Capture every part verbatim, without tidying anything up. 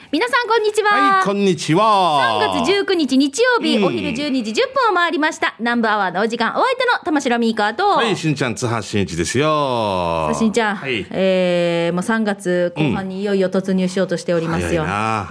皆さんこんにちは。 はい、こんにちは。 さんがつじゅうくにち日曜日、 うん、 お昼じゅうにじじゅっぷんを回りました。南部アワーのお時間、お相手の玉城ミーカーと、 はい、しんちゃん津波しんいちですよ。 さあしんちゃん、 はい、 えー、もうさんがつこう半にいよいよ突入しようとしておりますよ。 早いな、 うん、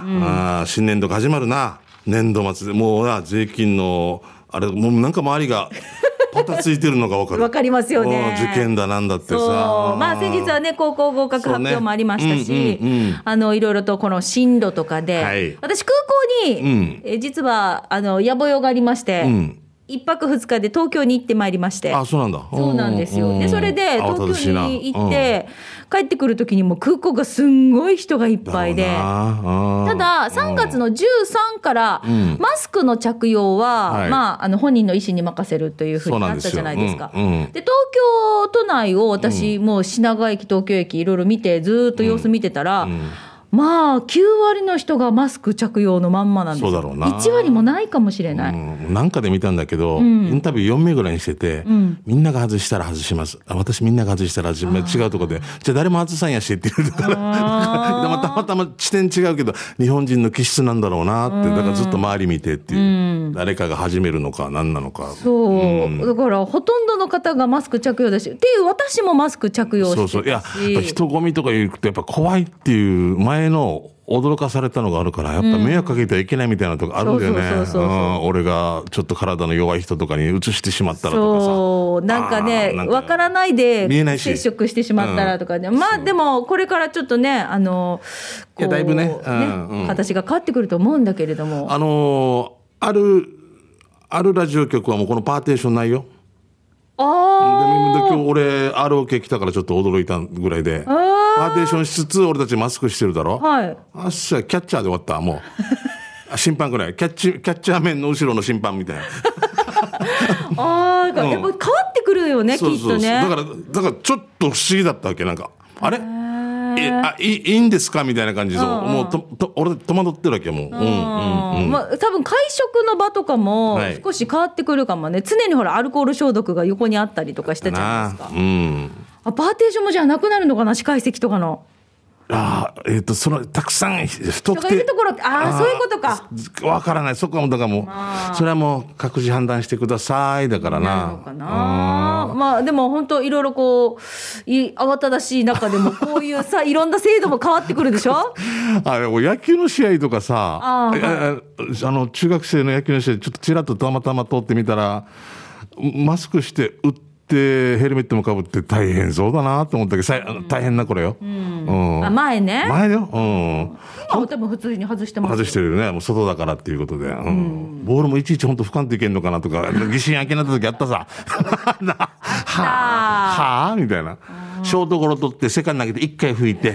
あ、新年度が始まるな。年度末でもうな、税金のあれもうなんか周りがパタついてるのが分かる。 分かりますよね。 受験だなんだってさ。 そう、まあ先日はね高校合格発表もありましたし、ね、うんうんうん、あのいろいろとこの進路とかで、はい、私空港に、うん、え実はあの野暮用がありまして。うん、一泊二日で東京に行ってまいりまして。 あ、そうなんだ。 そうなんですよ。でそれで東京に行って、うん、帰ってくる時にも空港がすんごい人がいっぱいで、たださんがつのじゅうさんからマスクの着用は、うん、まあ、あの本人の意思に任せるというふうになったじゃないですか。で、うんうん、で東京都内を私、うん、もう品川駅東京駅いろいろ見てずっと様子見てたら、うんうん、まあきゅうわりの人がマスク着用のまんまなんですよ。 そうだろうな。 いちわりもないかもしれない、 うん、なんかで見たんだけど、うん、インタビューよんめいぐらいにしてて、うん、みんなが外したら外します、あ、私みんなが外したら外し、違うところでじゃあ誰も外さんやしって言うからたまたま地点違うけど日本人の気質なんだろうなって、だからずっと周り見てっていう、うん、誰かが始めるのか何なのか。そう、 うん、だからほとんどの方がマスク着用だしっていう、私もマスク着用してたし。 そうそう、いややっぱ人混みとか行くとやっぱ怖いっていう前の驚かされたのがあるから、やっぱ迷惑かけてはいけないみたいなとこあるんだよね。俺がちょっと体の弱い人とかに移してしまったらとかさ、そうなんかねわからないで接触してしまったらとかね、うん、まあでもこれからちょっとねあのこういやだいぶね、うんね、うん、形が変わってくると思うんだけれども、 あのー、あるあるラジオ局はもうこのパーテーションないよ。あで今日俺 アールオーケー 来たからちょっと驚いたぐらいで、パーテーションしつつ俺たちマスクしてるだろ、はい、あっしゃキャッチャーで終わったもう審判ぐらいキャッチキャッチャー面の後ろの審判みたいなああ、うん、やっぱ変わってくるよね、 そうそうそう、 きっとね。 だからだからちょっと不思議だったわけ。なんかあれえあい い, いいんですかみたいな感じで、うんうん、もうとと俺戸惑ってるわけもう、うんうんうん、 まあ、多分会食の場とかも少し変わってくるかもね、はい、常にほらアルコール消毒が横にあったりとかしてじゃないですか、うん、あパーテーションもじゃあなくなるのかな、司会席とかの。 ああ、えっ、ー、と、その、たくさん太くて。 人がいるところ、ああ、そういうことか。 わからない。そこは、だからもう、まあ、それはもう、各自判断してください。だからな。 なるのかな。まあ、でも本当、いろいろこう、い慌ただしい中でも、こういうさ、いろんな制度も変わってくるでしょあれ、野球の試合とかさ、あ, あの、中学生の野球の試合、ちょっとちらっとたまたま通ってみたら、マスクして打って、でヘルメットもかぶって大変そうだなと思ったけど、うん、大変なこれよ、うんうん、あ前ね前よ、うん、 今も多分普通に外してます。 外してるよね、もう外だからっていうことで、うんうん、ボールもいちいち本当俯瞰でいけんのかなとか疑心暗鬼になった時あったさはあはあみたいな、ショートゴロ取ってセカンド投げていっかい吹いて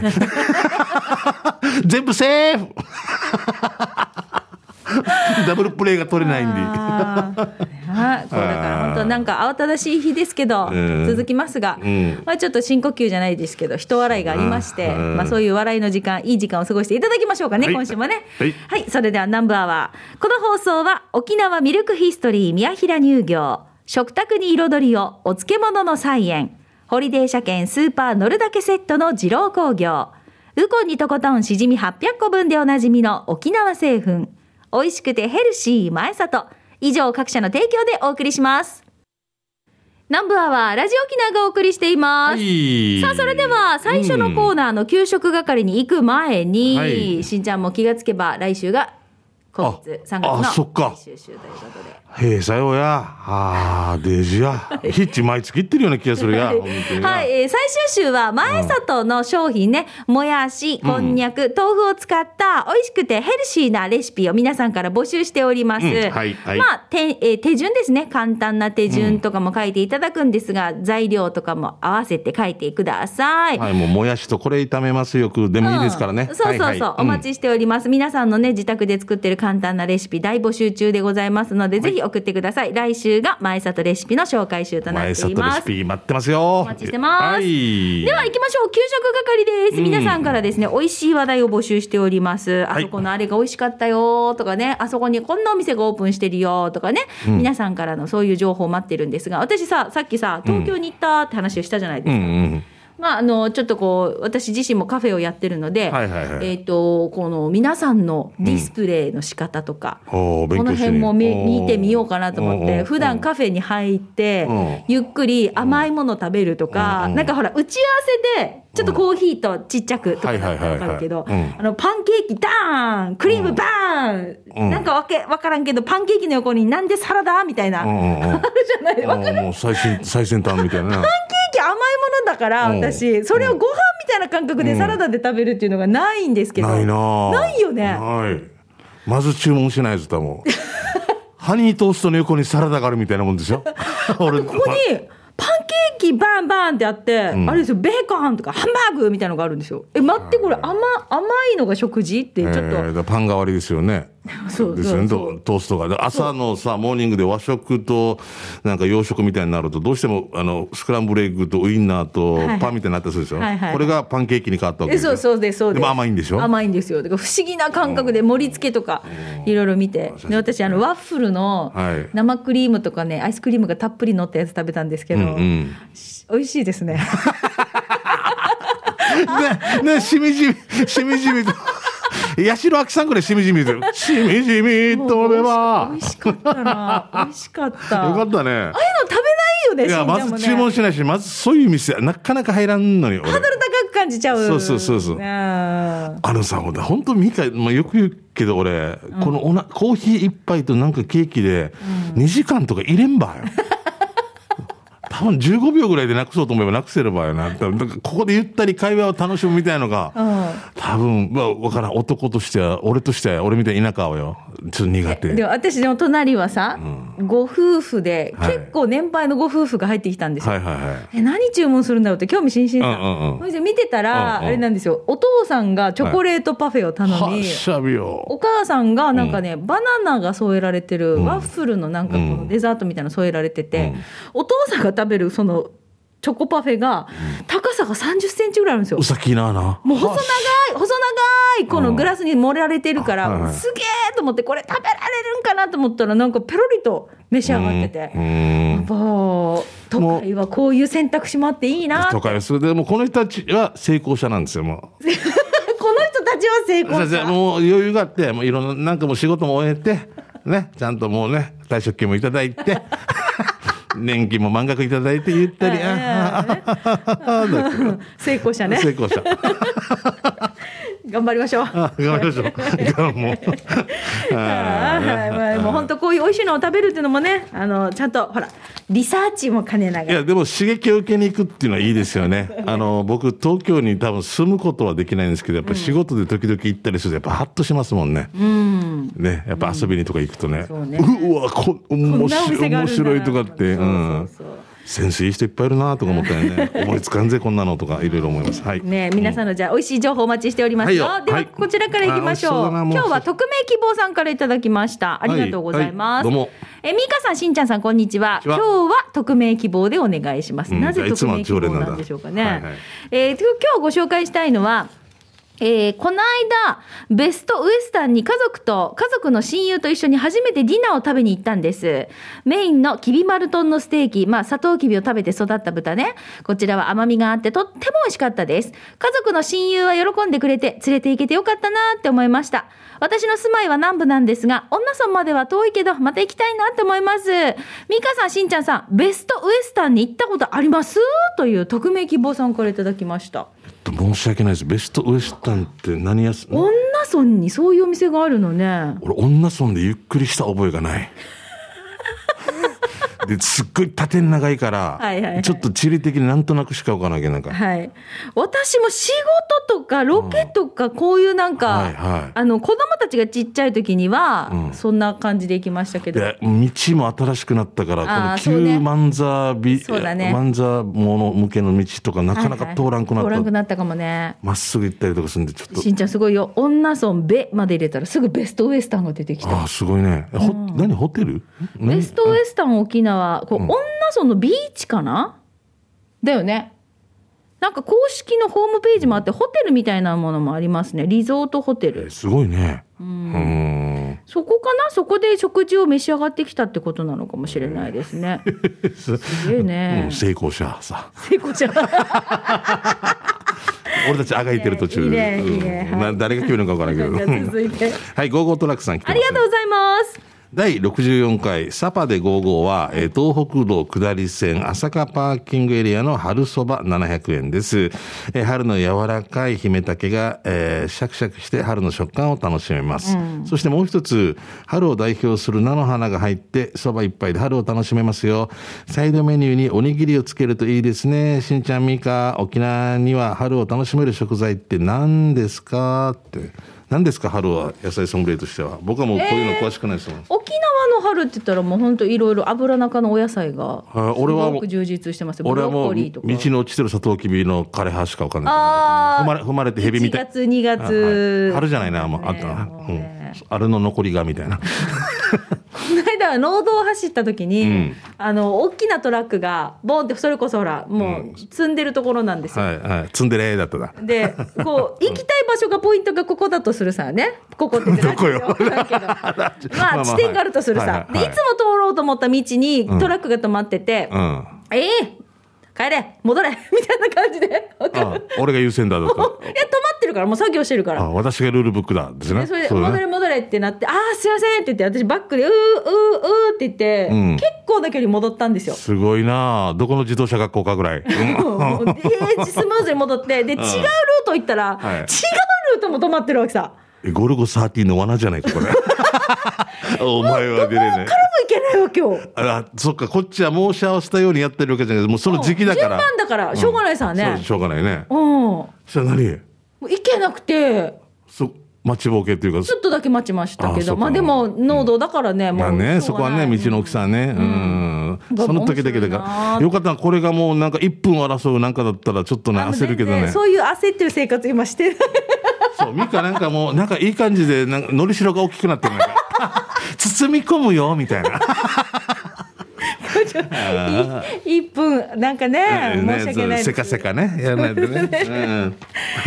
全部セーフダブルプレーが取れないんであこれだから本当なんか慌ただしい日ですけど、うん、続きますが、うんまあ、ちょっと深呼吸じゃないですけど人笑いがありまして、うんまあ、そういう笑いの時間いい時間を過ごしていただきましょうかね、はい、今週もね、はいはい、それではナンバーワー、この放送は沖縄ミルクヒストリー宮平乳業、食卓に彩りをお漬物の菜園、ホリデー車検スーパー乗るだけセットの二郎工業、ウコンにとことんしじみはっぴゃっこぶんでおなじみの沖縄製粉、美味しくてヘルシー前里、以上各社の提供でお送りします。南部アワーラジオ沖縄がお送りしています、はい、さあそれでは最初のコーナーの給食係に行く前に、うんはい、しんちゃんも気がつけば来週が今月さんがつの最終週ということで、 へえさようやあーデージやヒッチ毎月行ってるような気がするやはい、 はいえー、最終週は前里の商品ね、うん、もやしこんにゃく、うん、豆腐を使った美味しくてヘルシーなレシピを皆さんから募集しております、うんはいはい、まあ 手,、えー、手順ですね、簡単な手順とかも書いていただくんですが、うん、材料とかも合わせて書いてください、 はい、もうもやしとこれ炒めますよくでもいいですからね、 うん、そうそうそう、はいはい、お待ちしております、うん、皆さんのね自宅で作ってる簡単なレシピ大募集中でございますので、はい、ぜひ送ってください。来週が前里レシピの紹介週となっています。 前里レシピ待ってますよ。 お待ちしてます、 はい、 では行きましょう。給食係です、うん、皆さんからですね美味しい話題を募集しております。あそこのあれが美味しかったよとかね、あそこにこんなお店がオープンしてるよとかね、うん、皆さんからのそういう情報を待ってるんですが、私ささっきさ東京に行ったって話をしたじゃないですか、うんうんうん、 まあ、あのちょっとこう私自身もカフェをやってるので、はいはいはい、えー、とこの皆さんのディスプレイの仕方とか、うん、この辺も 見, 見てみようかなと思って、普段カフェに入ってゆっくり甘いもの食べるとか、なんかほら打ち合わせでちょっとコーヒーとちっちゃくとかだったら分かるけど、あのパンケーキダーンクリームバーン、うん、なんかわけ分からんけどパンケーキの横になんでサラダみたいな、うんうん、あるじゃないですか。 もう最新最先端みたいなパンケーキ甘いものだから、私それをご飯みたいな感覚でサラダで食べるっていうのがないんですけど、 ないなないよね。 はい、まず注文しないです。多分ハニートーストの横にサラダがあるみたいなもんでしょ俺ここにパンケーキバンバンってあって、うん、あれですよ、ベーコンとかハンバーグみたいなのがあるんですよ。え待って、これ 甘, 甘いのが食事ってちょっと、えー、パン代わりですよね。 そうですよね、トーストが朝のさモーニングで和食となんか洋食みたいになるとどうしてもあのスクランブルエッグとウインナーとパンみたいになったりするでしょ、はいはいはい、これがパンケーキに変わったわけですよ。 そうそうですそうです。 でも甘いんでしょ。 甘いんですよ。だから不思議な感覚で盛り付けとかいろいろ見て、で私あのワッフルの生クリームとかね、アイスクリームがたっぷり乗ったやつ食べたんですけど、うんうん、美味しいですねねねしみじみしみじみと八代亜紀さんぐらいしみじみでしみじみとれば美味しかったな。美味しかったよかったね。ああいうの食べないよね。 いやまず注文しないし、まずそういう店なかなか入らんのにハードル高く感じちゃう。 そうそうそうそう。あのさ本当ミカ、まあ、よく言うけど俺、うん、このおなコーヒー一杯となんかケーキでにじかんとか入れんばよ、うん多分じゅうごびょうぐらいでなくそうと思えばなくせる場合よな。だからここでゆったり会話を楽しむみたいなのが、うん、多分、まあ、分からん。男としては俺としては俺みたいな田舎はよちょっと苦手。 でも私の隣はさ、うん、ご夫婦で、はい、結構年配のご夫婦が入ってきたんですよ、はいはいはい、え何注文するんだろうって興味津々さ、うんうんうん、見てたら、うんうん、あれなんですよ、お父さんがチョコレートパフェを頼み、はい、お母さんがなんかね、うん、バナナが添えられてる、うん、ワッフルのなんかこのデザートみたいなの添えられてて、うん、お父さんが食べるそのチョコパフェが高さがさんじゅっセンチぐらいあるんですよ。 うさきなな。 もう細長い細長いこのグラスに盛られてるから、うん、すげえと思ってこれ食べられるんかなと思ったらなんかペロリと召し上がってて、うん、やっぱ都会はこういう選択肢もあっていいなって。 都会はそれでもこの人たちは成功者なんですよ。もうこの人たちは成功者。 もう余裕があってもういろんななんかもう仕事も終えてね、ちゃんともうね退職金もいただいて年金も満額いただいてゆったり成功者ね。 成功者頑張りましょう。 頑張りましょう。もうあもう本当こういう美味しいのを食べるっていうのもね、あのちゃんとほらリサーチも兼ねながら。 いやでも刺激を受けに行くっていうのはいいですよね。あの僕東京に多分住むことはできないんですけど、やっぱり仕事で時々行ったりするとやっぱハッとしますもんね。うん、ねやっぱ遊びにとか行くとね、うん、ねうわこ面白い面白いとかって。うん、そうそうそうセンスいい人いっぱいいるなとか思ったよね。思いつかんぜこんなのとかいろいろ思います。はい。 ね皆さんのじゃあ美味しい情報お待ちしておりますよ。はいよでは、はい、こちらからいきましょう。今日は匿名希望さんからいただきました。ありがとうございます。はいはい、どうも。えみーかさんしんちゃんさんこんにちは。今日は匿名希望でお願いします。うん、なぜ匿名希望なんでしょうかね。はいはいえー、今日ご紹介したいのは。えー、この間ベストウエスタンに家族と家族の親友と一緒に初めてディナーを食べに行ったんです。メインのきび丸豚のステーキ、まあサトウキビを食べて育った豚ね。こちらは甘みがあってとっても美味しかったです。家族の親友は喜んでくれて連れて行けてよかったなって思いました。私の住まいは南部なんですが恩納村までは遠いけどまた行きたいなって思います。みかさんしんちゃんさんベストウエスタンに行ったことありますという匿名希望さんからいただきました。 申し訳ないです。ベストウエスタンって何やす恩納村にそういうお店があるのね。 俺恩納村でゆっくりした覚えがないですっごい縦長いから、はいはいはい、ちょっと地理的になんとなくしか分からなきゃなんか、 はい、私も仕事とかロケとかこういうなんか、うんはいはい、あの子供たちがちっちゃい時には、うん、そんな感じで行きましたけど、 道も新しくなったからこの旧万座美、ね、万座もの向けの道とかなかなか通らんくなった、はいはい、通らんくなったかもね。まっすぐ行ったりとかするんでちょっとしんちゃんすごいよ。恩納村ベまで入れたらすぐベストウエスタンが出てきた。 あすごいね、うん、何ホテルベストウエスタン沖縄こう、うん、恩納村のビーチかなだよね。なんか公式のホームページもあってホテルみたいなものもありますね。リゾートホテル、 えー、すごいね。 うんそこかな、そこで食事を召し上がってきたってことなのかもしれないですね。すげえね、 うん、成功者さ成功者俺たちあがいてる途中で、いいねいいね、うん、はい、誰が決めるのか分からんけど続いてはい、ゴーゴートラックさん来てます、 ありがとうございます。 だいろくじゅうよんかいサパでゴーゴーは、えー、東北道下り線朝霞パーキングエリアの春そばななひゃくえんです。えー、春の柔らかい姫竹が、えー、シャクシャクして春の食感を楽しめます。うん、そしてもう一つ、春を代表する菜の花が入ってそば一杯で春を楽しめますよ。サイドメニューにおにぎりをつけるといいですね。しんちゃんみーか、沖縄には春を楽しめる食材って何ですかって。何ですか春は、野菜ソムリエとしては。僕はもうこういうの詳しくないですもん、えー、 沖縄の春って言ったらもう本当いろいろ油中のお野菜がすごく充実してますよ。 俺はもう道に落ちてるサトウキビの枯れ葉しか分かんない。あ踏まれ踏まれてヘビみたい。 いちがつにがつ、 春じゃないな、もうあったな、うん、あれの残りがみたいな。 この間農道を走った時に、うん、あの大きなトラックがボンって、それこそほらもう積んでるところなんですよ、うんはいはい、 積んでれーだっただでこう行きたい場所がポイントがここだとするさね、ここってどこよまあ地点があるとするさ、はいはいはい、でいつも通ろうと思った道にトラックが止まってて、うんうん、ええー帰れ戻れみたいな感じで、 ああ俺が優先だとかいや止まってるから、もう作業してるから、 あ私がルールブックだですね。 でそれで戻れ戻れってなって、ああすいませんって言って、私バックでうーうーうーって言って、うん、結構な距離戻ったんですよ。 すごいな、どこの自動車学校かぐらいでスムーズに戻ってで違うルート行ったら、はい、違うルートも止まってるわけさ。 ゴルゴじゅうさんの罠じゃないかこれお前は出れねえ。どこからも行けないわ今日。 あそっか、こっちは申し合わせたようにやってるわけじゃない、もうその時期だから、 順番だからしょうがないさね、 うん、そうしょうがないね。 うんそれ何もう行けなくて、 そ待ちぼうけっていうかちょっとだけ待ちましたけど、あまあでも農道だからね、うん、もうまあね、そこはね道の大きさね、うん、うん、その時だけだからよかったな。これがもうなんかいっぷん争うなんかだったらちょっとね焦るけどね、 そういう焦ってる生活今してるそうミカなんかもうなんかいい感じでなんかのりしろが大きくなってる包み込むよみたいないっぷんなんかね、ね申し訳ないです。 せかせかねやらないとね、うん、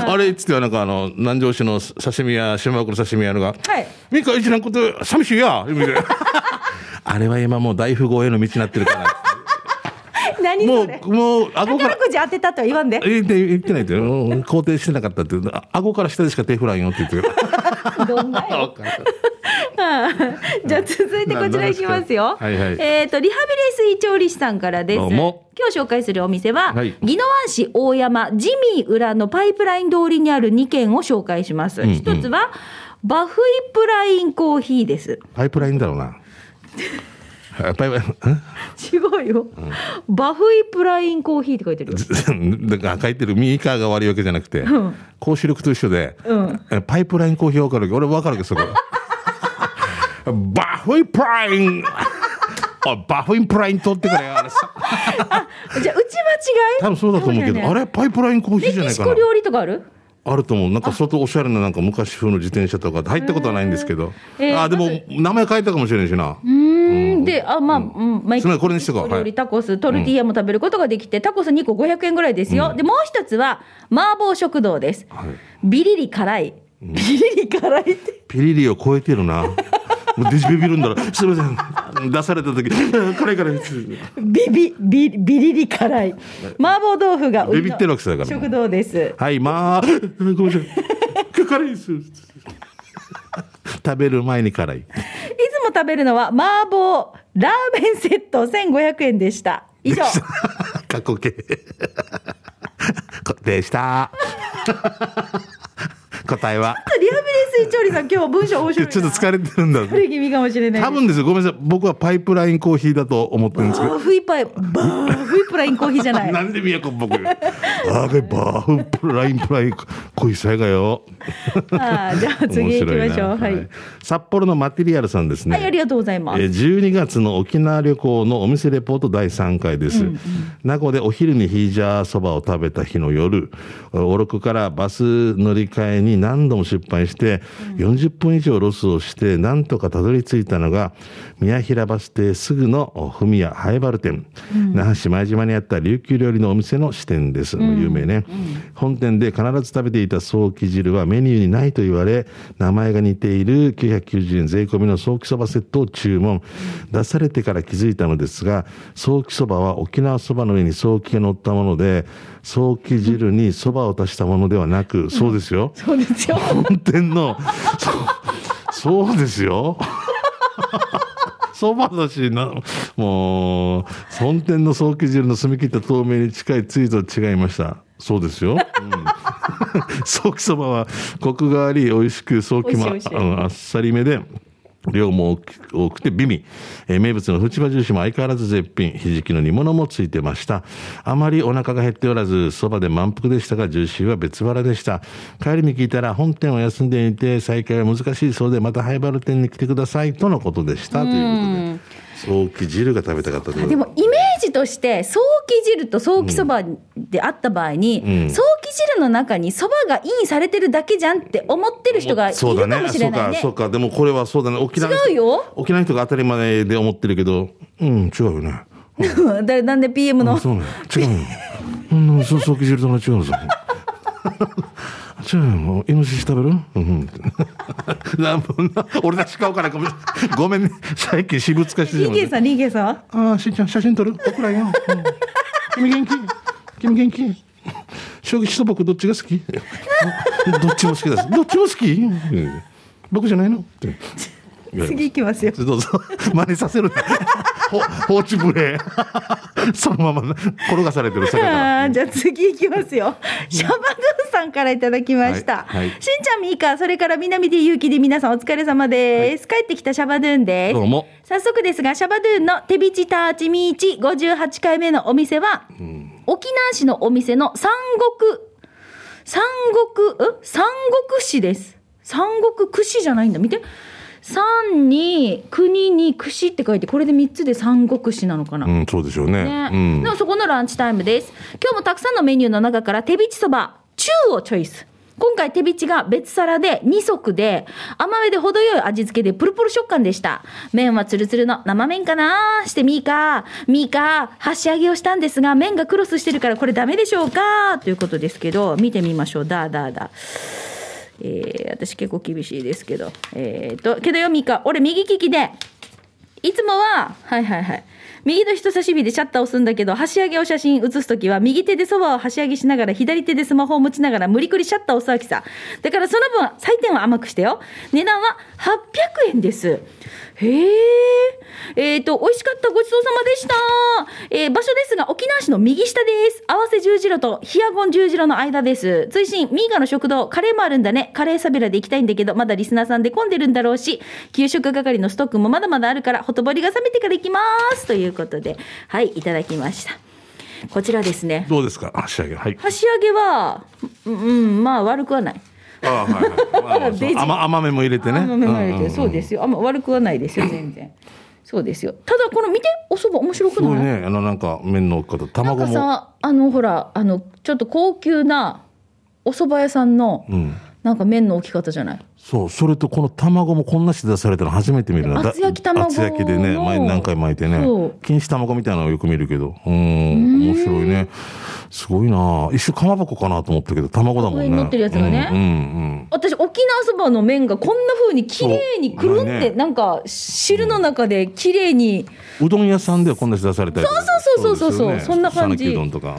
あれつってはなんかあの南城市の刺身屋島袋刺身屋のが、はい、ミカ一なんこと寂しいやみたいなあれは今もう大富豪への道になってるから何それもうもう顎から宝くじ当てたとは言わんで言って言ってないって肯定してなかったって顎から下でしか手振らんよって言ってるどんなよじゃあ続いてこちらいきますよ。はいはい、えっ、ー、とリハビリ水調理師さんからです。今日紹介するお店は、はい、宜野湾市大山ジミー裏のパイプライン通りにあるに軒を紹介します。一、うんうん、つはバフイプラインコーヒーです。 パイプラインだろうなパイプライン違うよ、うん、バフイプラインコーヒーって書いてるだから書いてるミーカーが悪いわけじゃなくて、うん、高視力と一緒で、うん、パイプラインコーヒー分かるけど俺分かるけどそこバフイプラインバフイプライン取ってくれよあれさあじゃあうち間違い多分そうだと思うけど、ね、あれパイプラインコーヒーじゃないかな。 メキシコ料理とかあるあると思う。なんか外おしゃれななんか昔風の自転車とか入ったことはないんですけど、えー、あでも名前変えたかもしれないしな。 うん、であまあ、うんうんまあ、 これにしてこう。 料理タコストルティーヤも食べることができて、うん、タコスにこごひゃくえんぐらいですよ、うん、でもう一つは麻婆食堂です、はい、ビリリ辛い、うん、ビリリ辛いってピリリを超えてるなもうデジビビるんだろすみません出された時辛い辛いビビビビリリ辛い麻婆豆腐がビビってるわけだから食堂です。 はいまあごめんなさい辛いです食べる前に辛い。いつも食べるのは麻婆ラーメンセットせんごひゃくえんでした。以上過去形でした答えはリハビリ水調理さん今日文章面白いな。 ちょっと疲れてるんだ疲れ気味かもしれない。 多分ですよごめんなさい僕はパイプラインコーヒーだと思ってるんですけどバーフイパイバーフイプラインコーヒーじゃないなんで宮古僕あれバーフプラインプラインコーヒーさやがよあじゃあ次行きましょう、はいはい、 札幌のマテリアルさんですね。 はいありがとうございます。 じゅうにがつの沖縄旅行のお店レポートだいさんかいです、うんうん、名護でお昼にヒージャーそばを食べた日の夜おろくからバス乗り換えにに何度も失敗してよんじゅっぷん以上ロスをしてなんとかたどり着いたのが宮平バス停すぐのふみやハエバル店、うん、那覇市前島にあった琉球料理のお店の支店です、うん、有名ね、うん、本店で必ず食べていたソーキ汁はメニューにないと言われ名前が似ているきゅうひゃくきゅうじゅうえん税込みのソーキそばセットを注文、うん、出されてから気づいたのですがソーキそばは沖縄そばの上にソーキが乗ったものでソーキ汁にそばを足したものではなく、うん、そうですよ、 うん、そうですよ本店のそ, そうですよそばだしなもう本店のソーキ汁の澄み切った透明に近いつゆと違いました。そうですよ、うん、ソーキそばはコクがあり美味しくソーキも あ, あっさりめで量も多くて美味、えー、名物のフチバジューシも相変わらず絶品、ひじきの煮物もついてました。あまりお腹が減っておらずそばで満腹でしたがジューシーは別腹でした。帰りに聞いたら本店を休んでいて再開は難しいそうでまたハイバル店に来てくださいとのことでしたということでソーキ汁が食べたかったという。 でもイメージとしてソーキ汁とソーキそばであった場合に、うん、ソーキ汁の中にそばがインされてるだけじゃんって思ってる人がいるかもしれないね。そうだね、そうかそうか。でもこれはそうだね、沖縄違うよ、 沖縄の人が当たり前で思ってるけどうん違うよね、 うん、なんで ピーエム の、 うん、そうね違うようん、ソーキ汁とは違うぞ違うよ、イノシシ食べる、うん、俺たち買うからごめんごめんね最近私物化してる。 リゲさんリゲさんああしんちゃん写真撮る僕らよ、うん、君元気君元気将棋と僕どっちが好きどっちも好きですどっちも好き、うん、僕じゃないのって次行きますよ。 どうぞ真似させる放置プレイそのまま転がされてる世界から。 あじゃあ次行きますよ。シャバドゥンさんからいただきました、はいはい、しんちゃんみーかそれから南でゆうきで皆さんお疲れ様です、はい、帰ってきたシャバドゥンです。 どうも。早速ですがシャバドゥンの手びちターチミーチごじゅうはちかいめのお店は、うん、沖縄市のお店の三国三国ん三国市です。三国串じゃないんだ、見て三に国に串って書いてこれでみっつで三国市なのかな、 うん、そうでしょう ね, ね、うん、 でもそこのランチタイムです。今日もたくさんのメニューの中から手びちそば中をチョイス。今回手びちが別皿でに足で甘めで程よい味付けでプルプル食感でした。麺はツルツルの生麺かなしてみーかみーか箸上げをしたんですが麺がクロスしてるからこれダメでしょうかということですけど見てみましょう。だーだーだえー、私結構厳しいですけどえーとけどよみーか俺右利きでいつもははいはいはい右の人差し指でシャッターを押すんだけど箸上げを写真写すときは右手でそばを箸上げしながら左手でスマホを持ちながら無理くりシャッターを押すわけさ。だからその分採点は甘くしてよ。値段ははっぴゃくえんです。へーえーと美味しかったごちそうさまでした、えー、場所ですが沖縄市の右下です。合わせ十字路とヒアゴン十字路の間です。追伸ミーガの食堂カレーもあるんだね。カレーサビラで行きたいんだけどまだリスナーさんで混んでるんだろうし給食係のストックもまだまだあるからほとぼりが冷めてから行きますということではいいただきました。こちらですね。 どうですか箸上げ、はい、 箸上げはうん、うん、まあ悪くはない。ああはいはいまあ、 甘めも入れてね。 甘めも入れて、うんうんうん、そうですよ。あんま悪くはないですよ全然そうですよ。ただこの見てお蕎麦面白くない？ すごいね。あのなんか麺の方卵もなんかさあのほらあのちょっと高級なお蕎麦屋さんの、うん、なんか麺の置き方じゃない？そうそれとこの卵もこんなして出されたの初めて見るな。 厚焼き卵厚焼きでね前何回巻いてね錦糸卵みたいなのをよく見るけどうん面白いね。すごいな。一瞬かまぼこかなと思ったけど卵だもんね。 上に乗ってるやつがね、うんうんうん、私沖縄そばの麺がこんな風に綺麗にくるんってなんか汁の中で綺麗に、 うん、うどん屋さんではこんなして出されたりとかそうそうそうそうそう、ね、そんな感じ。 讃岐うどんとか、うんうん、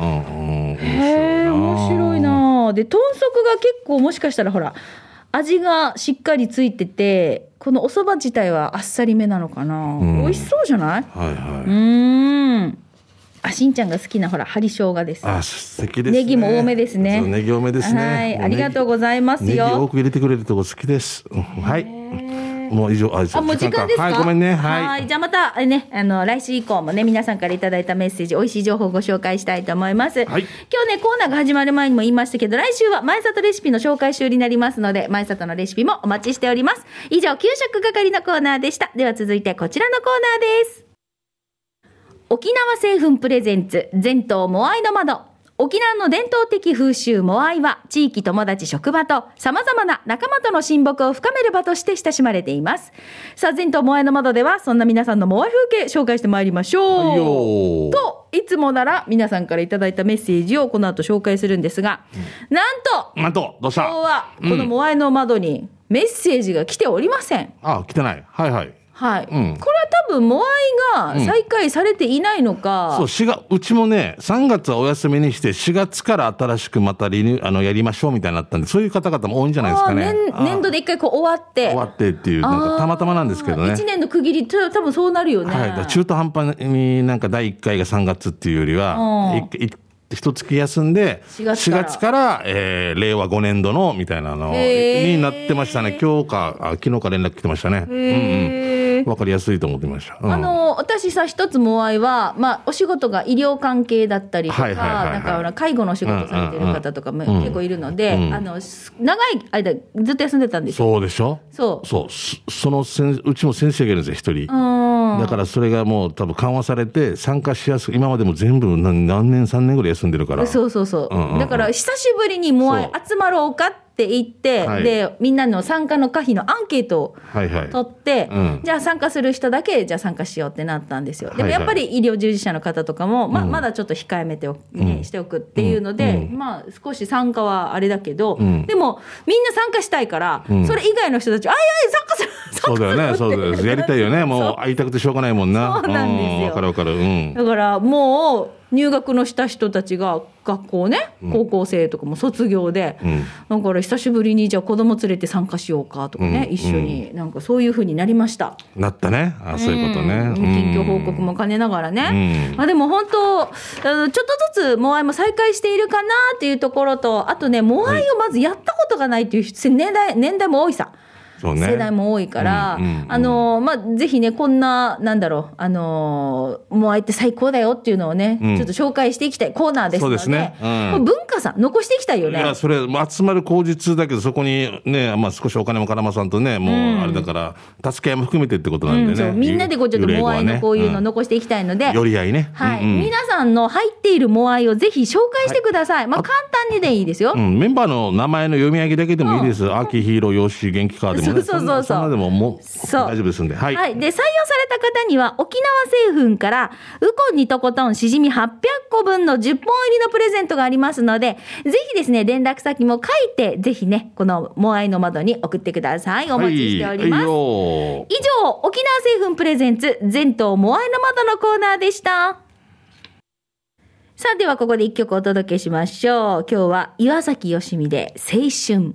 へえ面白いな。で豚足が結構もしかしたらほら味がしっかりついててこのお蕎麦自体はあっさりめなのかな、うん、美味しそうじゃない？はいはい。うーんあしんちゃんが好きなほら針生姜です。 あ素敵ですね。 ネギも多めですね。 ネギ多めですね。 はいありがとうございますよ。 ネギ多く入れてくれるとこ好きです、うん、はいもう以上ああもう時間ですか？ はいごめんね。はい、 はいじゃあまたねあの来週以降もね皆さんからいただいたメッセージ美味しい情報をご紹介したいと思います、はい、今日ねコーナーが始まる前にも言いましたけど来週は前里レシピの紹介週になりますので前里のレシピもお待ちしております。以上給食係のコーナーでした。では続いてこちらのコーナーです。沖縄製粉プレゼンツ全島モアイの窓。 沖縄の伝統的風習モアイは地域、友達、職場と様々な仲間との親睦を深める場として親しまれています。さあ、前頭モアイの窓ではそんな皆さんのモアイ風景紹介してまいりましょう、はい、といつもなら皆さんからいただいたメッセージをこの後紹介するんですが、うん、なんとなんとどうした、 今日はこのモアイの窓にメッセージが来ておりません、うん、 あ、来てない、はいはいはい、うん、これは多分モアイが再開されていないのか、 うん、そうしがうちもねさんがつはお休みにしてしがつから新しくまたリニューあのやりましょうみたいになったんで、そういう方々も多いんじゃないですかね。 年, 年度で一回こう終わって終わってっていうなんかたまたまなんですけどね、 いちねんの区切り多分そうなるよね、 はい、だ中途半端になんかだいいっかいがさんがつっていうよりは一月休んでしがつから、から、えー、れいわごねんどのみたいなのになってましたね。今日かあ昨日か連絡来てましたね。うんうん、分かりやすいと思ってました、うん、 あの私さ一つモアイは、まあ、お仕事が医療関係だったりとか、はいはいはいはい、なんか介護のお仕事されてる方とかも結構いるので、うんうん、あの長い間ずっと休んでたんですよ。 そうでしょ。そうそうその先うちも先生がいるんですよ一人。だからそれがもう多分緩和されて参加しやすく、今までも全部 何, 何年さんねんぐらい休んでるから。 そうそうそう、うんうんうん、だから久しぶりにモアイ集まろうかってって言って、はい、でみんなの参加の可否のアンケートを取って、はいはいうん、じゃあ参加する人だけじゃあ参加しようってなったんですよ。でもやっぱり医療従事者の方とかも、はいはいま, まだちょっと控えめてお、ねうん、しておくっていうので、うんまあ、少し参加はあれだけど、うん、でもみんな参加したいから、うん、それ以外の人たちあいあい参加するそうだよねそうだよやりたいよねもう会いたくてしょうがないもんな。 そうなんですよ。 わかるわかる、うん、 だからもう入学のした人たちが学校ね高校生とかも卒業で、うん、だから久しぶりにじゃあ子供連れて参加しようかとかね、うん、一緒になんかそういう風になりました。 なったね。あそういうことね、うん、 近況報告も兼ねながらね、うんまあ、でも本当ちょっとずつモアイも再開しているかなっていうところと、あとねモアイをまずやったことがないっていう年代、年代も多いさ。そうね、世代も多いから、うんうんうん、あのまあ、ぜひねこんななんだろうあのモアイって最高だよっていうのをね、うん、ちょっと紹介していきたいコーナーですので、そうですね、うん、文化さ残していきたいよね。 いやそれ集まる口実だけどそこにね、まあ、少しお金も絡まさんとねもうあれだから、助け合いも含めてってことなんでね、うん、 みんなでこうちょっとモアイのこういうの残していきたいので、 うん、より合いね、 はいうんうん、皆さんの入っているモアイをぜひ紹介してください、はいまあ、簡単にでいいですよ、 うん、メンバーの名前の読み上げだけでもいいです、うん、秋ヒーローヨッシー元気カーでもねそうそうそうそうでももう大丈夫ですんで、はいはい、で採用された方には沖縄製粉からウコンにとことんしじみはっぴゃっこぶんのじゅっぽん入りのプレゼントがありますので、ぜひですね連絡先も書いてぜひねこのモアイの窓に送ってください。お待ちしております、はいはい、以上沖縄製粉プレゼンツ全島モアイの窓のコーナーでした。さあではここで一曲お届けしましょう。今日は岩崎よしみで青春。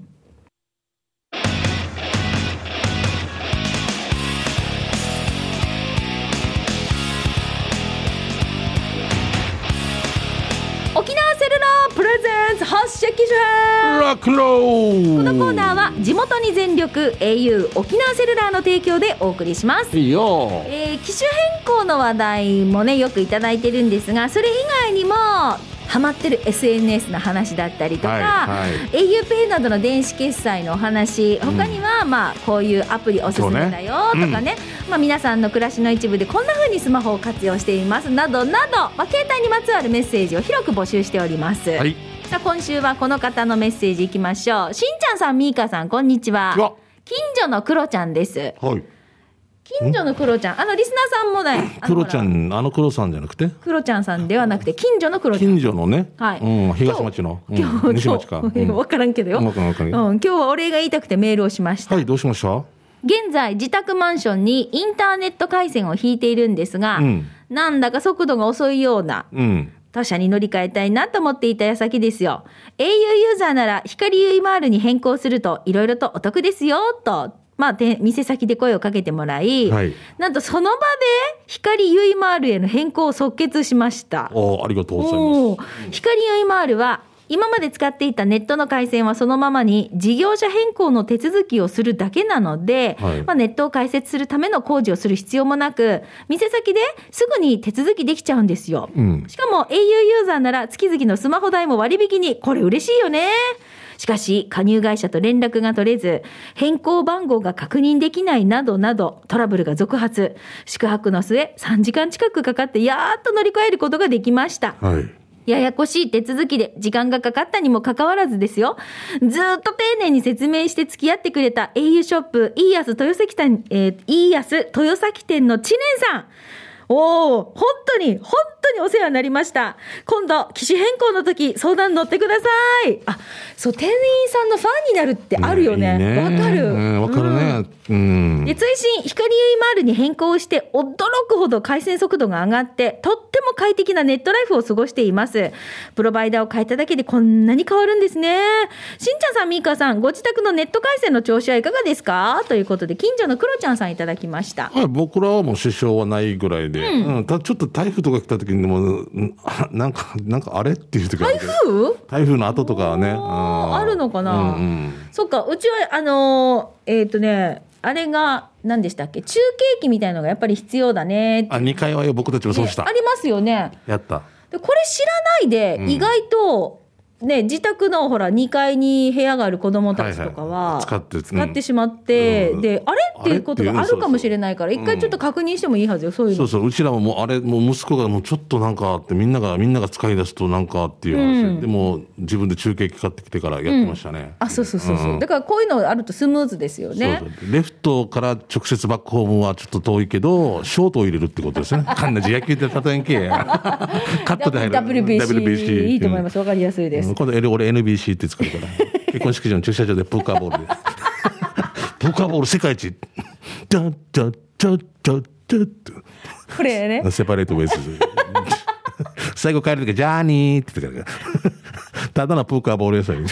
沖縄セルラープレゼンツ発射機種編ロックンロー。 このコーナーは地元に全力 エーユー 沖縄セルラーの提供でお送りします。 いいよ、 えー、機種変更の話題もねよくいただいてるんですが、それ以外にもハマってる エスエヌエス の話だったりとか、はいはい、エーユーペイ などの電子決済のお話、他には、まあ、こういうアプリおすすめだよとかね、うんまあ、皆さんの暮らしの一部でこんな風にスマホを活用していますなどなど、まあ、携帯にまつわるメッセージを広く募集しております、はい、さあ今週はこの方のメッセージいきましょう。しんちゃんさん、みーかさん、こんにちは。近所のクロちゃんです。はい近所のクロちゃん、あのリスナーさんもね、 クロちゃん、あのクロさんじゃなくてクロちゃんさんではなくて近所のクロちゃん、 近所のね、はいうん、東町の今日、うん、西町か、うん、 分からんけどよ、分からん分からん、うん、今日はお礼が言いたくてメールをしました。 はい、どうしました。 現在自宅マンションにインターネット回線を引いているんですが、うん、なんだか速度が遅いような、うん他社に乗り換えたいなと思っていた矢先ですよ。 エーユー ユーザーなら光ゆいマールに変更するといろいろとお得ですよと、まあ、店先で声をかけてもらい、はい、なんとその場で光ゆいマールへの変更を即決しました。 おありがとうございます。 光ゆいマールは今まで使っていたネットの回線はそのままに事業者変更の手続きをするだけなので、はいまあ、ネットを開設するための工事をする必要もなく、店先ですぐに手続きできちゃうんですよ、うん、しかも エーユー ユーザーなら月々のスマホ代も割引に、これ嬉しいよね。しかし加入会社と連絡が取れず変更番号が確認できないなどなどトラブルが続発。宿泊の末さんじかん近くかかってやっと乗り換えることができました、はいややこしい手続きで時間がかかったにもかかわらずですよ。ずーっと丁寧に説明して付き合ってくれた au ショップイーヤス豊崎店、えー、イーヤス豊崎店の知念さん。おお、本当に本当にお世話になりました。今度機種変更の時相談乗ってください。あ、そう店員さんのファンになるってあるよね。わ、ね、かる。わ、 うん、かるね。うん。 で追伸光 ユーエムアール に変更して驚くほど回線速度が上がってとっても快適なネットライフを過ごしています。プロバイダーを変えただけでこんなに変わるんですね。しんちゃんさん、みーかさん、ご自宅のネット回線の調子はいかがですかということで近所のクロちゃんさんいただきました。 はい、僕らはもう支障はないぐらいで、うんうん、たちょっと台風とか来た時にもなんかなんかあれっていう時ある。 台風台風の後とかはねあ, あるのかな、 うんうん、 そっか。うちはあのー、えっ、ー、とねあれが何でしたっけ、中継機みたいなのがやっぱり必要だねって。 あ、にかいはよ僕たちもそうした、 ね、ありますよね。 やったでこれ知らないで、うん、意外とね、自宅のほらにかいに部屋がある子どもたちとかは使って、はいはい、使ってしまって、うん、であれっていうことがあるかもしれないから一回ちょっと確認してもいいはずよ、そういうの。 そうそう、うちらももうあれもう息子がもうちょっとなんかあってみんながみんなが使い出すとなんかっていう話、うん、でも自分で中継機買ってきてからやってましたね、うん、 あ、そうそうそうそう、うん、だからこういうのあるとスムーズですよね。 そうそう、レフトから直接バックホームはちょっと遠いけどショートを入れるってことですね。かんなじ野球って例えんけカットで入る ダブリュービーシー, ダブリュービーシー いいと思います。わかりやすいです、うん、今度俺 エヌビーシー って作るから結婚式場の駐車場でポーカーボールでポーカーボール世界一ダッダッダッダッダッこれねセパレートウェイズ最後帰るときジャーニーって言ってからただのポーカーボール屋さん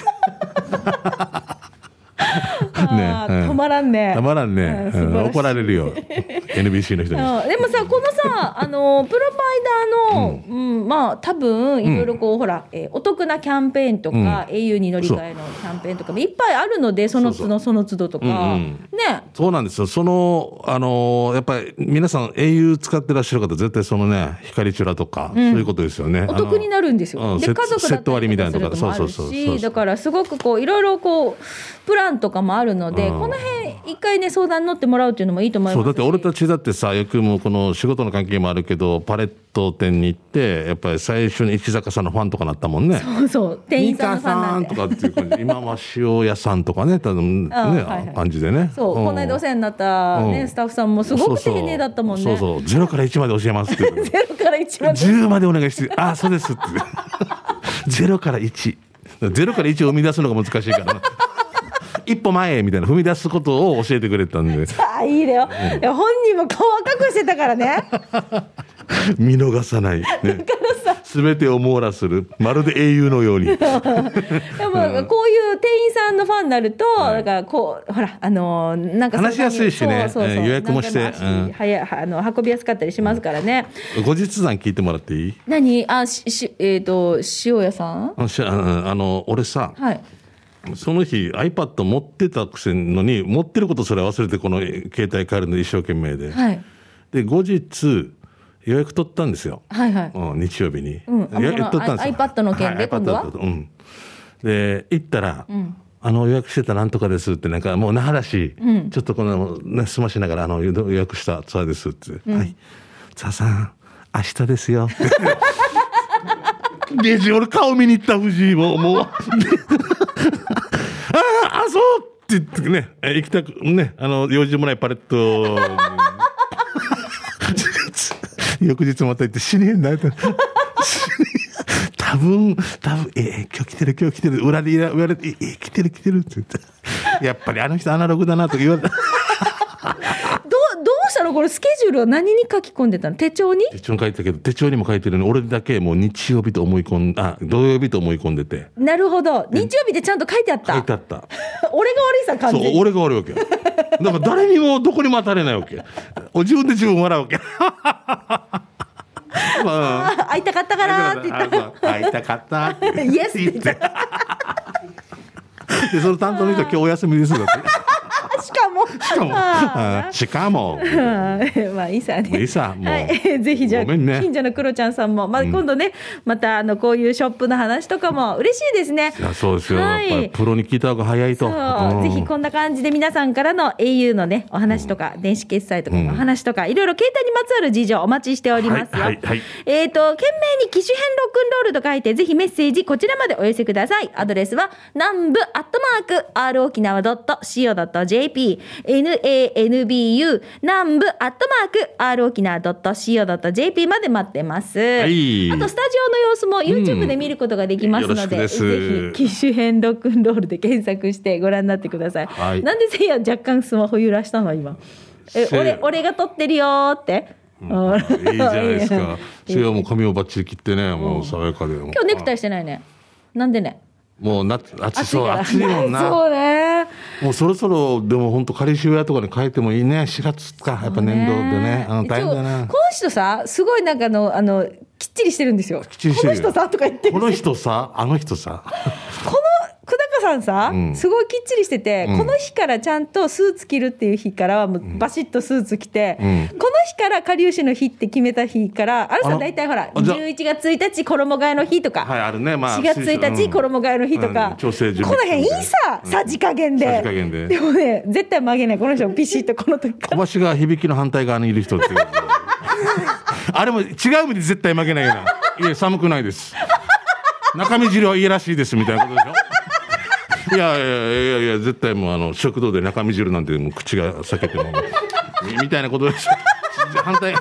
ね、うん、止まらんね。 止まらんね、うん、怒られるよエヌビーシー の人に。 でもさ、このさあのプロバイダーの、うんうん、まあ多分いろいろこう、うん、ほら、えー、お得なキャンペーンとか、うん、au に乗り換えのキャンペーンとかもいっぱいあるので、その都度その都度とか、うんうん、ね。 そうなんですよ。そのあのやっぱり皆さん au 使ってらっしゃる方絶対そのね光チュラとか、うん、そういうことですよね。 お得になるんですよ。で家族だったりとかするのもあるし、だからすごくこういろいろこうプランとかもあるので、うん、この辺一回ね相談に乗ってもらうっていうのもいいと思いますし。 そうだって俺たちだってさ、よくもこの仕事の関係もあるけどパレット店に行ってやっぱり最初に石坂さんのファンとかなったもんね。 そうそう、店員さんのファンなんでミカさんとかっていう感じ今は塩屋さんとかね多分ねはいはい、感じでね。 そう、うん、この間お世話になった、ねうん、スタッフさんもすごく丁寧だったもんね。 そうそう、ゼロからいちまで教えますってゼロからいちまでじゅうまでお願いしてあそうですってゼロからいちゼロからいちを生み出すのが難しいからな一歩前みたいな踏み出すことを教えてくれたんであいいだよ、うん、いや本人も顔赤くしてたからね見逃さない、ね、全てを網羅するまるで英雄のようにでもこういう店員さんのファンになると、はい、だからこうほらあのなんか話しやすいしね、そうそうそう、予約もして、うん、 はやあの運びやすかったりしますからね、 うん、後日談聞いてもらっていい？ 何あしし、えー、と塩屋さんあ, あの俺さ、はいその日 iPad 持ってたくせのに持ってることそれ忘れてこの携帯変えるの一生懸命で、はい、で後日予約取ったんですよ、はいはいうん、日曜日に、うん、予約取ったんですよ iPad の件で、はい、今度は、 うん、で行ったら、うん、あの予約してたなんとかですってなんかもう那覇だし、うん、ちょっとこの、ね、済ましながらあの予約したツアーですって、うん、はいツアーさん明日ですよレジ俺顔見に行った藤井ももうああそうって言ってね行きたくねあの用事もないパレット翌日また行って死ねえんだよ多分多分え今日来てる今日来てる裏で言われてええ来てる来てるって言ってやっぱりあの人アナログだなと言われたどうしたのこれスケジュールは何に書き込んでたの？手帳に？ 手帳に書いてたけど手帳にも書いてるのに俺だけもう日曜日と思い込んあ土曜日と思い込んでて。 なるほど日曜日でちゃんと書いてあった。 書いてあった俺が悪いさ完全に。 そう俺が悪いわけだから誰にもどこにも当たれないわけ自分で自分笑うわけまあ、会いたかったからって言った会いたかったってイエスって言ったでその担当の人は今日お休みですよってしかもしかもしかもまあいいさね、 いいさもう、はい、 ぜひじゃあ、ね、近所のクロちゃんさんも、まあ、今度ね、うん、またあのこういうショップの話とかも嬉しいですね。 いやそうですよ、はい、やっぱりプロに聞いた方が早いと、 うん、ぜひこんな感じで皆さんからの au のねお話とか、うん、電子決済とかの話とか、うん、いろいろ携帯にまつわる事情お待ちしておりますよ、はいはいはい、えっ、ー、と懸命に機種編ロックンロールと書いてぜひメッセージこちらまでお寄せください。アドレスは南部アットマーク r 沖縄 .co.jp nanbu 南部アットマーク r 沖縄 .co.jp まで待ってます、はい、あとスタジオの様子も YouTube で見ることができますので、うん、ぜひ機種編ロックンロールで検索してご覧になってください、はい、なんでせいや若干スマホ揺らしたの今。え俺俺が撮ってるよって、 うん、いいじゃないですか。せいやもう髪をバッチリ切ってね、もう爽やかで、 今日ネクタイしてないね。なんでね、 もう夏暑そう暑いもんな。 そうね。 もうそろそろでも本当仮収屋とかに変えてもいいね。しがつかやっぱ年度でね、あの大変だな。 この人さすごいなんかのあのきっちりしてるんですよ。 きっちりしてる。 この人さとか言ってる。 この人さあの人さ。 この久高さんさ、うん、すごいきっちりしてて、うん、この日からちゃんとスーツ着るっていう日からはもうバシッとスーツ着て、うん、この日からかりゆしの日って決めた日からあれさ大体ほらじゅういちがつついたち衣替えの日とか、 はいあるね、まあ、 しがつついたち衣替えの日とか、うん、 調整準備この辺いいさ、うん、さじ加減で、さじ加減ででもね絶対曲げないこの人ピシッとこの時から小橋が響きの反対側にいる人っていうあれも違う意味で絶対曲げないよな。いや寒くないです中身汁はいいらしいですみたいなことでしょ。いやいやいやいや絶対もうあの食堂で中身汁なんてもう口が裂けてもみたいなことでしょ。反対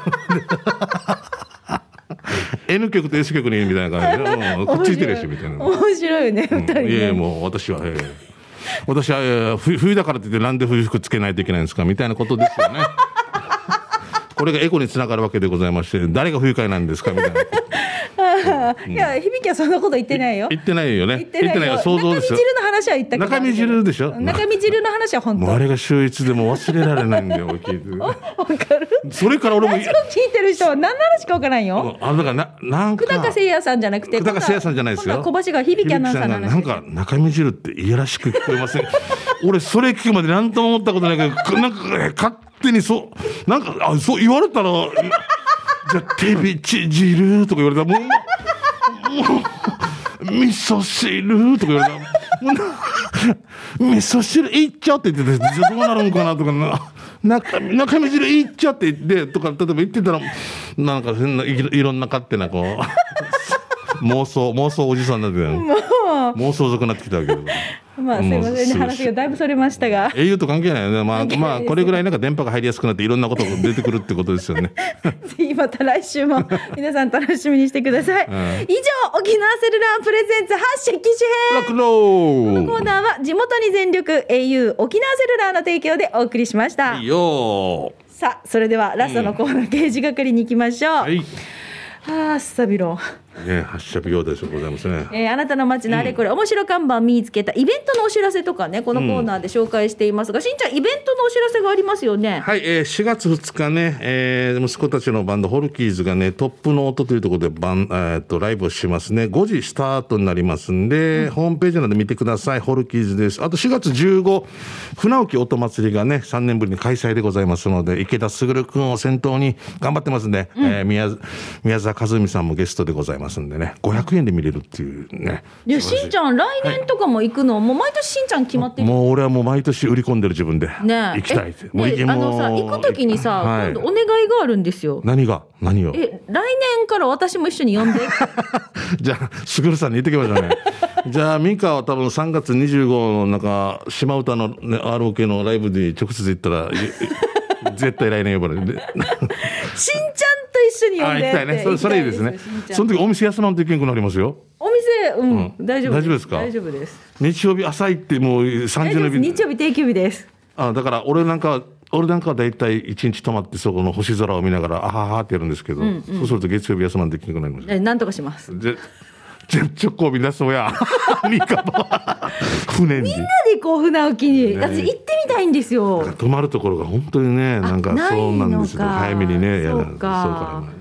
N 局と S 局にいるみたいな感じで、うん、くっついてるしみたいな。 面白いね二人ね、うん、いやもう私は、えー、私は、えー、冬だからって言ってなんで冬服つけないといけないんですかみたいなことですよね。これがエコにつながるわけでございまして、誰が不愉快なんですかみたいな。 いや響きはそんなこと言ってないよ。 言ってないよね。言ってないよ。想像ですよ。 中身汁の話は言ったけど。 中身汁でしょ。 中身汁の話は本当。 もうあれが秀逸でも忘れられないんだよ。聞いてる。 わかる。 それから俺も。 ラジオ聞いてる人は何の話かわからんよ。 あのだからななんか。 久高誠也さんじゃなくて。 久高誠也さんじゃないですよ。 小橋が響きアナウンサーの話。 なんか中身汁っていやらしく聞こえません。俺それ聞くまで何とも思ったことないけど、なんか勝手にそうなんかあそう言われたらじゃあ手びち汁とか言われたらもう。もう味噌汁とか言われた味噌汁いっちゃって言っててどうなるんかなとかな中, 中身汁いっちゃって言ってとか例えば言ってたらなんか変ないいろんな勝手なこう妄想妄想おじさんになってた妄想族になってきたわけどまあすいませんね話がだいぶそれましたが au と関係ないよね、まあ、まあこれぐらいなんか電波が入りやすくなっていろんなことが出てくるってことですよね。 ぜひまた来週も皆さん楽しみにしてください、うん、以上沖縄セルラープレゼンツ発信機種編このコーナーは地元に全力 au 沖縄セルラーの提供でお送りしました。 いいよ。 さあそれではラストのコーナー、うん、刑事係に行きましょう。はい、ああスタビロね、発射日用でございますね、 えー、あなたの街のあれこれ、うん、面白看板見つけたイベントのお知らせとかねこのコーナーで紹介していますが、うん、しんちゃんイベントのお知らせがありますよね。 はい、えー、しがつふつかね、えー、息子たちのバンドホルキーズがねトップの音というところでバン、えー、とライブをしますね。ごじスタートになりますんで、うん、ホームページなどで見てください。ホルキーズです。あとしがつじゅうご船沖音祭りがねさんねんぶりに開催でございますので池田卓君を先頭に頑張ってますんで、うんえー、宮, 宮沢和美さんもゲストでございますんでねごひゃくえんで見れるっていうね。 いやしんちゃん来年とかも行くの、はい、もう毎年しんちゃん決まってる。 もう俺はもう毎年売り込んでる自分で、ね、行きたいって、 ね、もうね、あのさ行くときにさ、はい、今度お願いがあるんですよ。 何が何をえ来年から私も一緒に呼んでじゃあすぐるさんに言ってきましょうね。じゃあミカは多分さんがつにじゅうごのなんか島唄の、ね、アールオーケー のライブに直接行ったら絶対来年呼ばれるんでしんちゃんと一緒に呼んでって。あ、行きたいね。 それ、それいいですね。その時お店休まんといけんくなりますよ。 お店、うん、うん、大丈夫です。 大丈夫ですか。 大丈夫です。 日曜日朝行ってもうさんじの日。 日曜日定休日です。 あ、だから俺なんか俺なんかはだいたい一日泊まってそこの星空を見ながらあははってやるんですけど、うんうん、そうすると月曜日休まんといけんくなります。 え、なんとかします。 じゃ直行便出そうやミカ船にみんなで行こう船沖に、ね、私行ってみたいんですよ。 泊まるところが本当にねなんかそうなんですよ。早めにねやる。 そうか。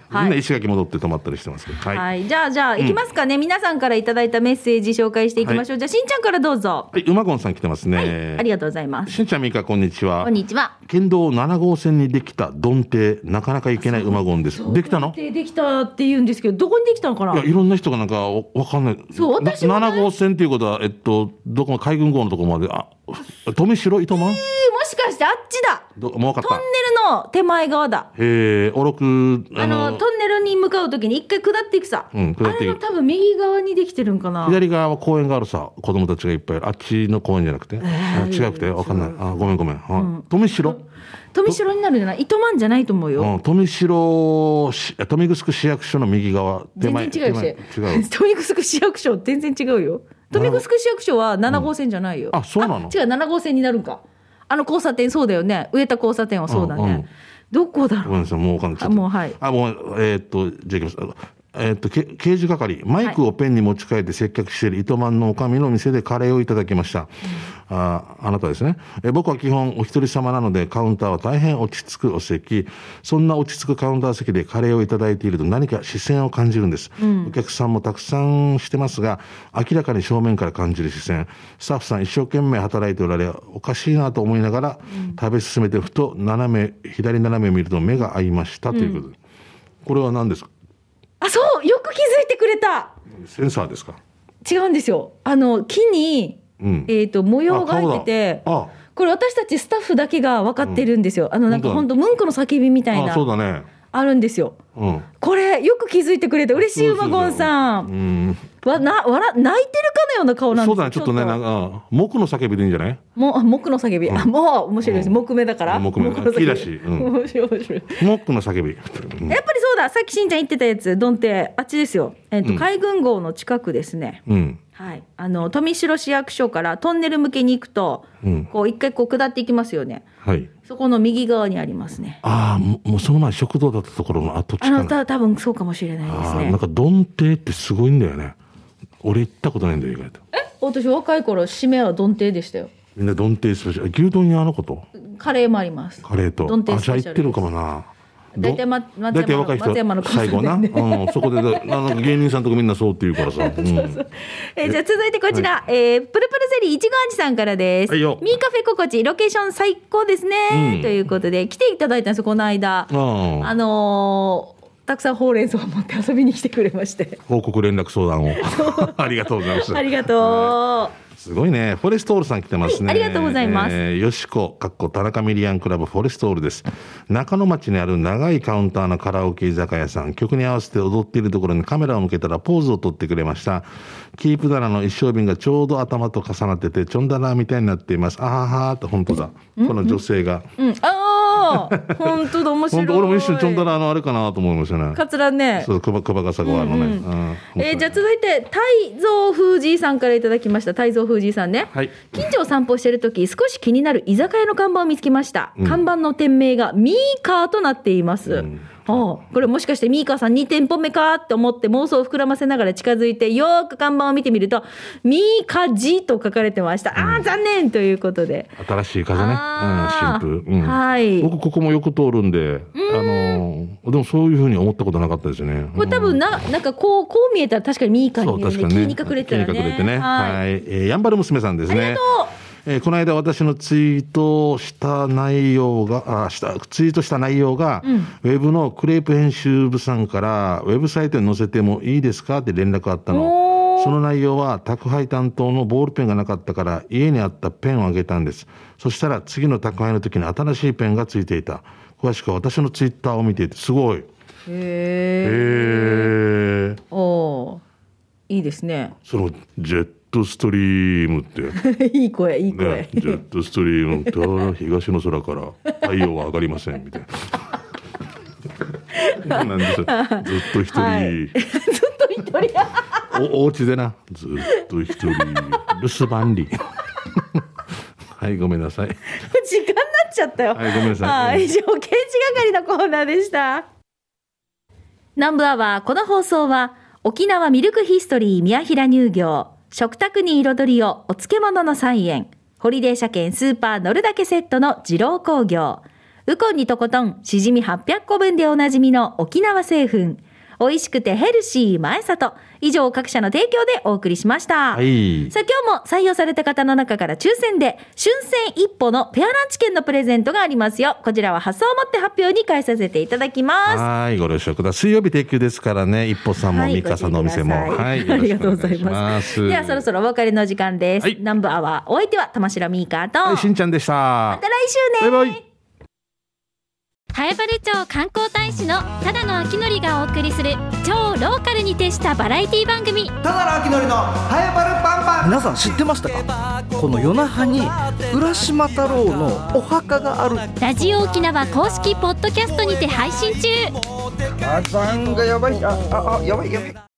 はい、みんな石垣戻って泊まったりしてますけど、 はい、はい、じゃあじゃあ行きますかね、うん、皆さんからいただいたメッセージ紹介していきましょう、はい、じゃあしんちゃんからどうぞ。 はい、馬ゴンさん来てますね、はい、 ありがとうございます。 しんちゃんみかこんにちは。 こんにちは。 県道なな号線にできたドンテなかなか行けない馬ゴンです。できたの？ できたって言うんですけど、どこにできたのかな。 いや、いろんな人がなんかわかんない。 そう、私も、ね、 なな号線っていうことは、えっとどこも海軍号のところまで、あ、富城糸満、えー、 もしかしてあっちだ。 どもう分かった。 トンネルの手前側だ。 へえ、おろくあのトンネルに向かうときに一回下っていくさ、 うん、下っていく。 あれの多分右側にできてるんかな。 左側は公園があるさ、子供たちがいっぱいいる。あっちの公園じゃなくて、えー、違くて分かんない。あ、ごめんごめん、うん、富城富城になるんじゃない？糸満じゃないと思うよ、 うん、富城市、豊見城市役所の右側、 全然違うし、違う豊見城市役所全然違うよ。豊見城市役所はなな号線じゃないよ、 うん、あ、そうなの？ 違う、なな号線になるんか。あの交差点そうだよね、植田交差点はそうだね、うんうん、どこだろう。 ごめんなさい、もう分かんない。 あ、もう、はい、 あ、もう、えー、っとじゃあいきます。えー、っと刑事係、マイクをペンに持ち替えて接客している糸満のおかみの店でカレーをいただきました、うん、あ, あなたですね。え僕は基本お一人様なのでカウンターは大変落ち着くお席。そんな落ち着くカウンター席でカレーをいただいていると何か視線を感じるんです、うん、お客さんもたくさんしてますが明らかに正面から感じる視線。スタッフさん一生懸命働いておられおかしいなと思いながら、うん、食べ進めてふと斜め左斜めを見ると目が合いましたということで、うん、これは何ですか？ あ、そう、よく気づいてくれた。 センサーですか？ 違うんですよ。あの木に、うん、えーと、模様が入ってて、ああ、これ私たちスタッフだけが分かってるんですよ、うん、あのなんか本当ムンクの叫びみたいな、 あ、そうだね、 あるんですよ、うん、これよく気づいてくれて嬉しい。馬ゴンさん、うん、わなわら泣いてるかのような顔なんですよ。 そうだね、ちょっとね、なんか木の叫びでいいんじゃない？ も木の叫び、うん、あ、もう面白いです、うん、木目だから木目木だし、うん、 面白い面白い。 木の叫び、 うん、やっぱりそうだ、さっきしんちゃん言ってたやつ、ドンってあっちですよ、えーとうん、海軍号の近くですね、うん、はい、あの富城市役所からトンネル向けに行くと、うん、こう一回こう下っていきますよね、はい、そこの右側にありますね。 ああ、もうその前食堂だったところの跡地かな。 あのた多分そうかもしれないですね。 なんかドンテってすごいんだよね。俺行ったことないんだよ意外と。 え、私若い頃締めはドンテでしたよ。 みんなドンテスペシャル。牛丼屋のこと？カレーもあります。 カレーと。 ドンテスペシャル。 あ、じゃあ行ってるかもな。 大体松山の松山の最後な、うん、そこであの芸人さんとかみんなそうって言うからさ、うん、そうそう、 えー、じゃあ続いてこちら、はい、えー、プルプルゼリーいちご味さんからです、はい、ミーカフェ心地ロケーション最高ですね、うん、ということで来ていただいたんですよこの間、うん、あのーたくさんほうれん草を持って遊びに来てくれまして、 報告連絡相談をありがとうございます。 ありがとう、はい、 すごいね。フォレストールさん来てますね、 はい、ありがとうございます、 えー、よしこかっこ田中ミリアンクラブフォレストールです。中野町にある長いカウンターのカラオケ居酒屋さん、曲に合わせて踊っているところにカメラを向けたらポーズを撮ってくれました。キープ棚の一升瓶がちょうど頭と重なっててちょんだなみたいになっています。あははーと、本当だ、この女性が、うんうん、 ああ本当だ、面白い。 俺も一瞬ちょんだなのあれかなと思いましたね。 カツラね、 そう、くばくばがさごあるのね、うんうん、 えー、じゃあ続いて泰造風じさんからいただきました。泰造風じさんね、はい、近所を散歩しているとき少し気になる居酒屋の看板を見つけました、うん、看板の店名がミーカーとなっています、うん、これもしかしてミーカーさんに店舗目かって思って妄想を膨らませながら近づいてよーく看板を見てみるとミーカジと書かれてました、うん、あー残念ということで、 新しい風ね、うん、新風、うん、はい、僕ここもよく通るんで、あのー、でもそういうふうに思ったことなかったですよね。 これ多分な、なんかこう、こう見えたら確かにミーカーに見えるね、気に隠れてたらね、 気に隠れてね、はい、はい、えー、やんばる娘さんですね。ありがとう。えー、この間私のツイートした内容があしたツイートした内容が、うん、ウェブのクレープ編集部さんからウェブサイトに載せてもいいですかって連絡あったの。その内容は宅配担当のボールペンがなかったから家にあったペンをあげたんです。そしたら次の宅配の時に新しいペンがついていた。詳しくは私のツイッターを見ていてすごい。へえ。おー、いいですね。 そのジェットストリームっていい声いい声、 ね、ジェットストリームって東の空から太陽は上がりませんみたいななんでしょう、ずっと一人、はい、ずっと一人お, お家でなずっと一人留守番里はい、ごめんなさい。 時間になっちゃったよ。 はい、ごめんなさい。 以上、刑事係のコーナーでした。南部アワー、この放送は沖縄ミルクヒストリー宮平乳業、食卓に彩りをお漬物の菜園、ホリデー車検スーパー乗るだけセットの二郎工業、 ウコンにとことんしじみはっぴゃっこぶんでおなじみの沖縄製粉、美味しくてヘルシー前里、以上各社の提供でお送りしました、はい、さあ今日も採用された方の中から抽選で春戦一歩のペアランチ券のプレゼントがありますよ。こちらは発送をもって発表に返させていただきます。 はい、ご了承ください。水曜日定休ですからね、一歩さんもミカさんのお店も、はい、 ありがとうございます。ではそろそろお別れの時間です、はい、南部アワー、お相手は玉城ミーカーと、 はい、しんちゃんでした。 また来週ね。 バイバイ。 南風原町観光大使のただのあきのりがお送りする超ローカルに徹したバラエティ番組、 ただのあきのりのはやばるパンパン。皆さん知ってましたか？この与那覇に浦島太郎のお墓がある。 ラジオ沖縄公式ポッドキャストにて配信中。 火山がやばい、ああやばいやばい。